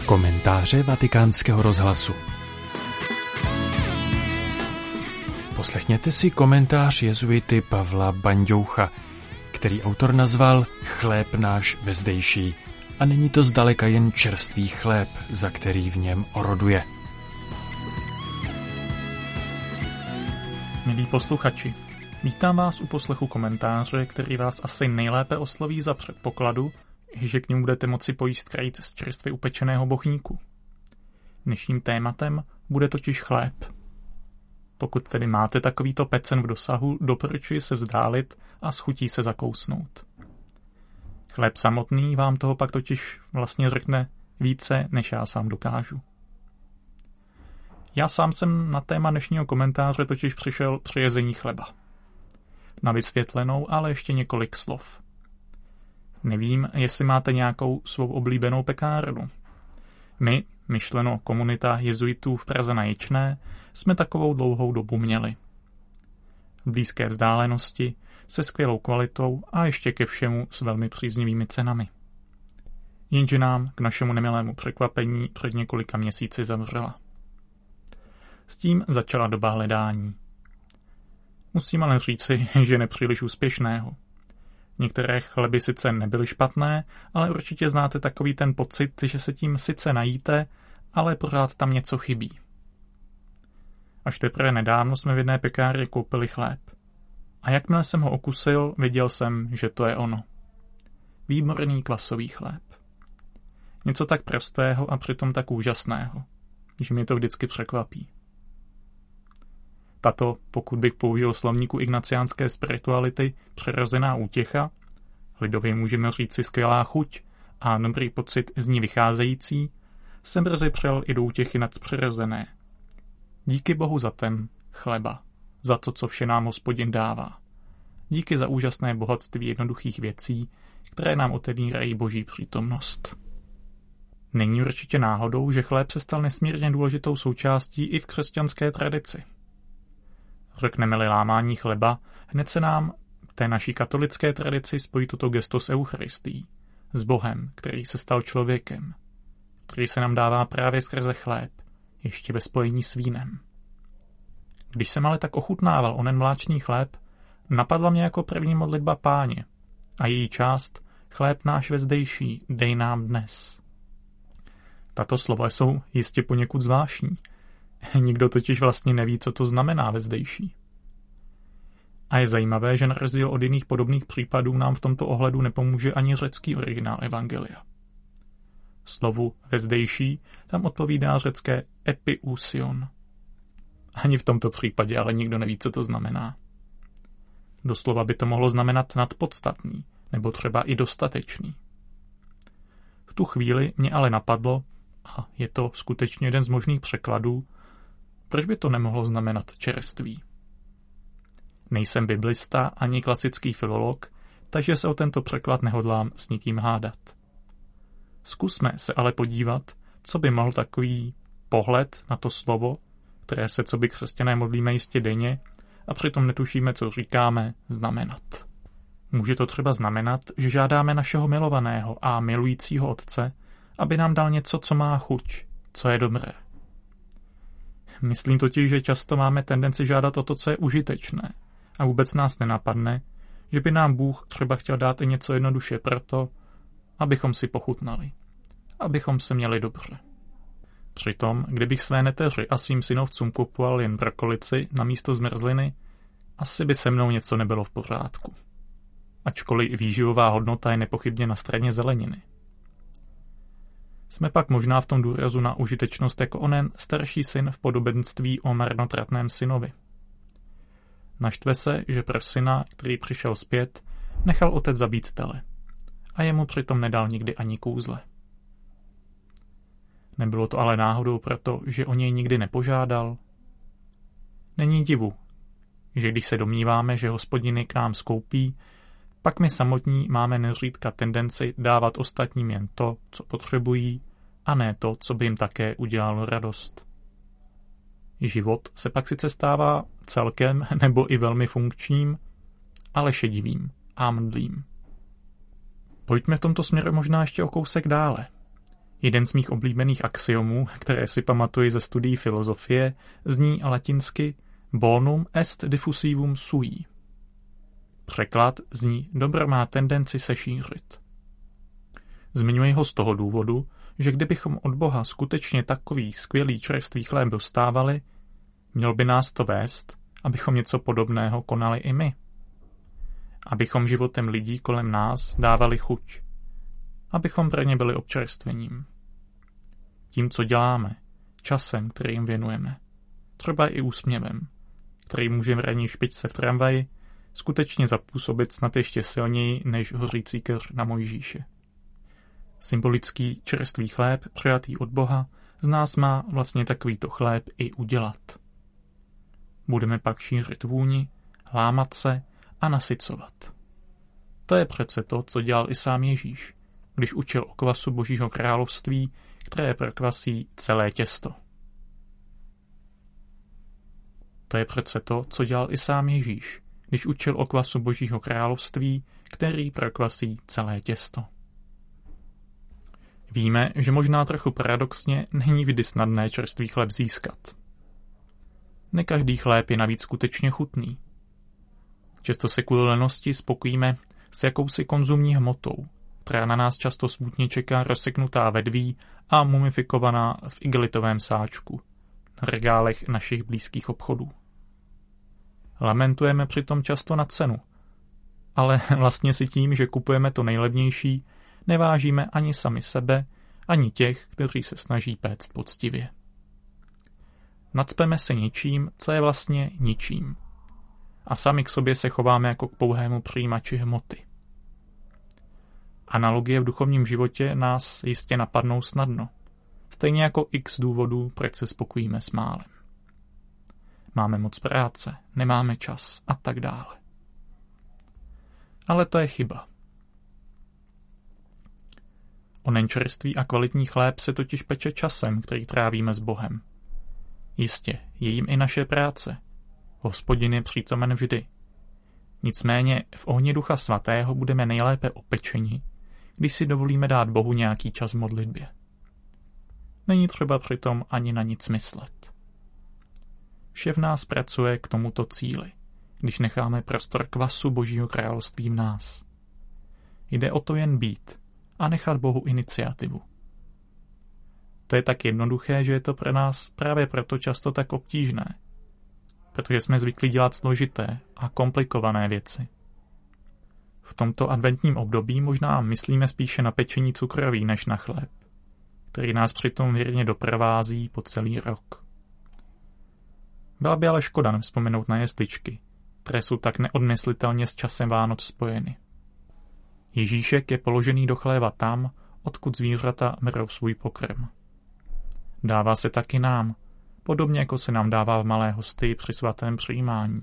Komentáře Vatikánského rozhlasu. Poslechněte si komentář jezuity Pavla Banďoucha, který autor nazval Chléb náš vezdejší, a není to zdaleka jen čerstvý chléb, za který v něm oroduje. Milí posluchači, vítám vás u poslechu komentáře, který vás asi nejlépe osloví za předpokladu, že k němu budete moci pojíst krajíc z čerstvě upečeného bochníku. Dnešním tématem bude totiž chléb. Pokud tedy máte takovýto pecen v dosahu, doporučuji se vzdálit a s chutí se zakousnout. Chléb samotný vám toho pak totiž vlastně řekne více, než já sám dokážu. Já sám jsem na téma dnešního komentáře totiž přišel při jezení chleba. Na vysvětlenou ale ještě několik slov. Nevím, jestli máte nějakou svou oblíbenou pekárnu. My, myšleno komunita jezuitů v Praze na Jičné, jsme takovou dlouhou dobu měli. V blízké vzdálenosti, se skvělou kvalitou a ještě ke všemu s velmi příznivými cenami. Jenže nám k našemu nemilému překvapení před několika měsíci zavřela. S tím začala doba hledání. Musím ale říci, že nepříliš úspěšného. Některé chleby sice nebyly špatné, ale určitě znáte takový ten pocit, že se tím sice najíte, ale pořád tam něco chybí. Až teprve nedávno jsme v jedné pekárně koupili chléb. A jakmile jsem ho okusil, viděl jsem, že to je ono. Výborný kvasový chléb. Něco tak prostého a přitom tak úžasného, že mě to vždycky překvapí. Tato, pokud bych použil slovníku ignaciánské spirituality, přirozená útěcha, lidově můžeme říci skvělá chuť a dobrý pocit z ní vycházející, se brzy přel i do útěchy nadpřirozené. Díky Bohu za ten chleba, za to, co vše nám Hospodin dává. Díky za úžasné bohatství jednoduchých věcí, které nám otevírají Boží přítomnost. Není určitě náhodou, že chléb se stal nesmírně důležitou součástí i v křesťanské tradici. Řekneme-li lámání chleba, hned se nám v té naší katolické tradici spojí toto gesto s Eucharistií, s Bohem, který se stal člověkem, který se nám dává právě skrze chléb, ještě ve spojení s vínem. Když jsem ale tak ochutnával onen mláčný chléb, napadla mě jako první modlitba Páně a její část chléb náš vezdejší, dej nám dnes. Tato slova jsou jistě poněkud zvláštní. Nikdo totiž vlastně neví, co to znamená vezdejší. A je zajímavé, že na rozdíl od jiných podobných případů nám v tomto ohledu nepomůže ani řecký originál evangelia. Slovu vezdejší tam odpovídá řecké epiousion. Ani v tomto případě ale nikdo neví, co to znamená. Doslova by to mohlo znamenat nadpodstatný, nebo třeba i dostatečný. V tu chvíli mě ale napadlo, a je to skutečně jeden z možných překladů, proč by to nemohlo znamenat čerství? Nejsem biblista ani klasický filolog, takže se o tento překlad nehodlám s nikým hádat. Zkusme se ale podívat, co by mohl takový pohled na to slovo, které se coby křesťané modlíme jistě denně a přitom netušíme, co říkáme, znamenat. Může to třeba znamenat, že žádáme našeho milovaného a milujícího Otce, aby nám dal něco, co má chuť, co je dobré. Myslím totiž, že často máme tendenci žádat o to, co je užitečné a vůbec nás nenapadne, že by nám Bůh třeba chtěl dát i něco jednoduše proto, abychom si pochutnali, abychom se měli dobře. Přitom, kdybych své neteři a svým synovcům kupoval jen brokolici na místo zmrzliny, asi by se mnou něco nebylo v pořádku. Ačkoliv výživová hodnota je nepochybně na straně zeleniny. Jsme pak možná v tom důrazu na užitečnost jako onen starší syn v podobenství o marnotratném synovi. Naštve se, že pro syna, který přišel zpět, nechal otec zabít tele a jemu přitom nedal nikdy ani kouzle. Nebylo to ale náhodou proto, že o něj nikdy nepožádal? Není divu, že když se domníváme, že Hospodin je k nám skoupí, pak my samotní máme neřídka tendenci dávat ostatním jen to, co potřebují, a ne to, co by jim také udělalo radost. Život se pak sice stává celkem nebo i velmi funkčním, ale šedivým a mdlým. Pojďme v tomto směru možná ještě o kousek dále. Jeden z mých oblíbených axiomů, které si pamatuji ze studií filozofie, zní latinsky bonum est diffusivum sui. Překlad zní dobro má tendenci se šířit. Zmiňuji ho z toho důvodu, že kdybychom od Boha skutečně takový skvělý čerstvý chléb dostávali, měl by nás to vést, abychom něco podobného konali i my. Abychom životem lidí kolem nás dávali chuť. Abychom pro ně byli občerstvením. Tím, co děláme, časem, který jim věnujeme, třeba i úsměvem, který může v ranní špičce v tramvaji skutečně zapůsobit snad ještě silněji než hořící keř na Mojžíše. Symbolický čerstvý chléb, přijatý od Boha, z nás má vlastně takovýto chléb i udělat. Budeme pak šířit vůni, lámat se a nasycovat. To je přece to, co dělal i sám Ježíš, když učil o kvasu Božího království, které prokvasí celé těsto. To je přece to, co dělal i sám Ježíš, když učil o kvasu Božího království, který prokvasí celé těsto. Víme, že možná trochu paradoxně není vždy snadné čerstvý chléb získat. Ne každý chléb je navíc skutečně chutný. Často se kvůli lenosti spokojíme s jakousi konzumní hmotou, která na nás často smutně čeká rozseknutá vedví a mumifikovaná v igelitovém sáčku na regálech našich blízkých obchodů. Lamentujeme přitom často na cenu, ale vlastně si tím, že kupujeme to nejlevnější, nevážíme ani sami sebe, ani těch, kteří se snaží péct poctivě. Nacpeme se něčím, co je vlastně ničím. A sami k sobě se chováme jako k pouhému přijímači hmoty. Analogie v duchovním životě nás jistě napadnou snadno. Stejně jako x důvodů, proč se spokojíme s málem. Máme moc práce, nemáme čas a tak dále. Ale to je chyba. Onen čerstvý a kvalitní chléb se totiž peče časem, který trávíme s Bohem. Jistě, je jim i naše práce. Hospodin je přítomen vždy. Nicméně v ohni Ducha Svatého budeme nejlépe opečeni, když si dovolíme dát Bohu nějaký čas v modlitbě. Není třeba přitom ani na nic myslet. Vše v nás pracuje k tomuto cíli, když necháme prostor kvasu Božího království v nás. Jde o to jen být a nechat Bohu iniciativu. To je tak jednoduché, že je to pro nás právě proto často tak obtížné, protože jsme zvyklí dělat složité a komplikované věci. V tomto adventním období možná myslíme spíše na pečení cukroví než na chléb, který nás přitom věrně doprovází po celý rok. Byla by ale škoda nevzpomenout na jesličky, které jsou tak neodmyslitelně s časem Vánoc spojeny. Ježíšek je položený do chléva tam, odkud zvířata berou svůj pokrm. Dává se taky nám, podobně jako se nám dává v malé hostii při svatém přijímání.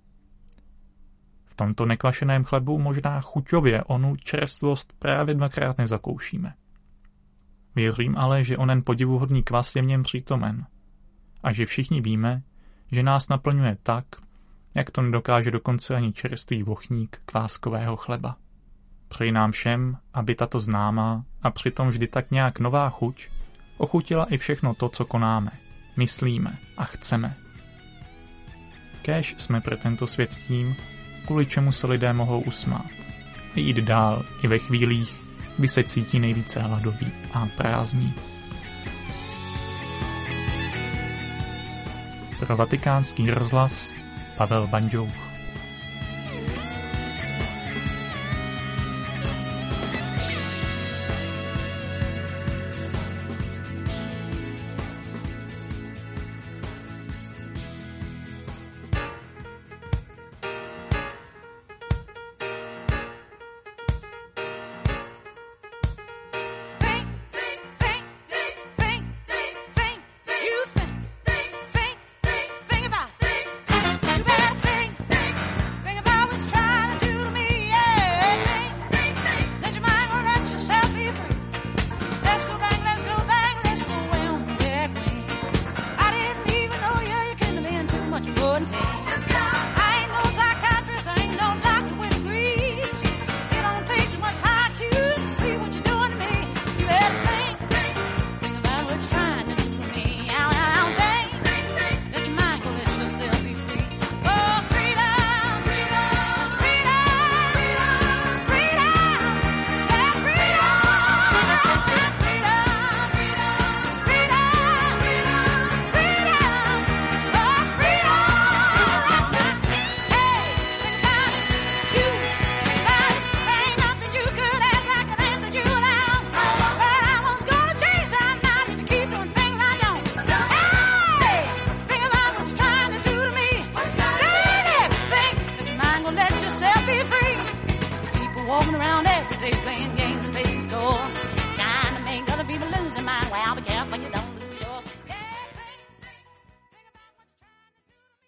V tomto nekvašeném chlebu možná chuťově onu čerstvost právě dvakrát nezakoušíme. Věřím ale, že onen podivuhodný kvas je v něm přítomen a že všichni víme, že nás naplňuje tak, jak to nedokáže dokonce ani čerstvý vochník kváskového chleba. Přeji nám všem, aby tato známá a přitom vždy tak nějak nová chuť ochutila i všechno to, co konáme, myslíme a chceme. Kéž jsme pro tento svět tím, kvůli čemu se lidé mohou usmát a jít dál i ve chvílích, kdy se cítí nejvíce hladoví a prázdní. Pro Vatikánský rozhlas Pavel Banďouch.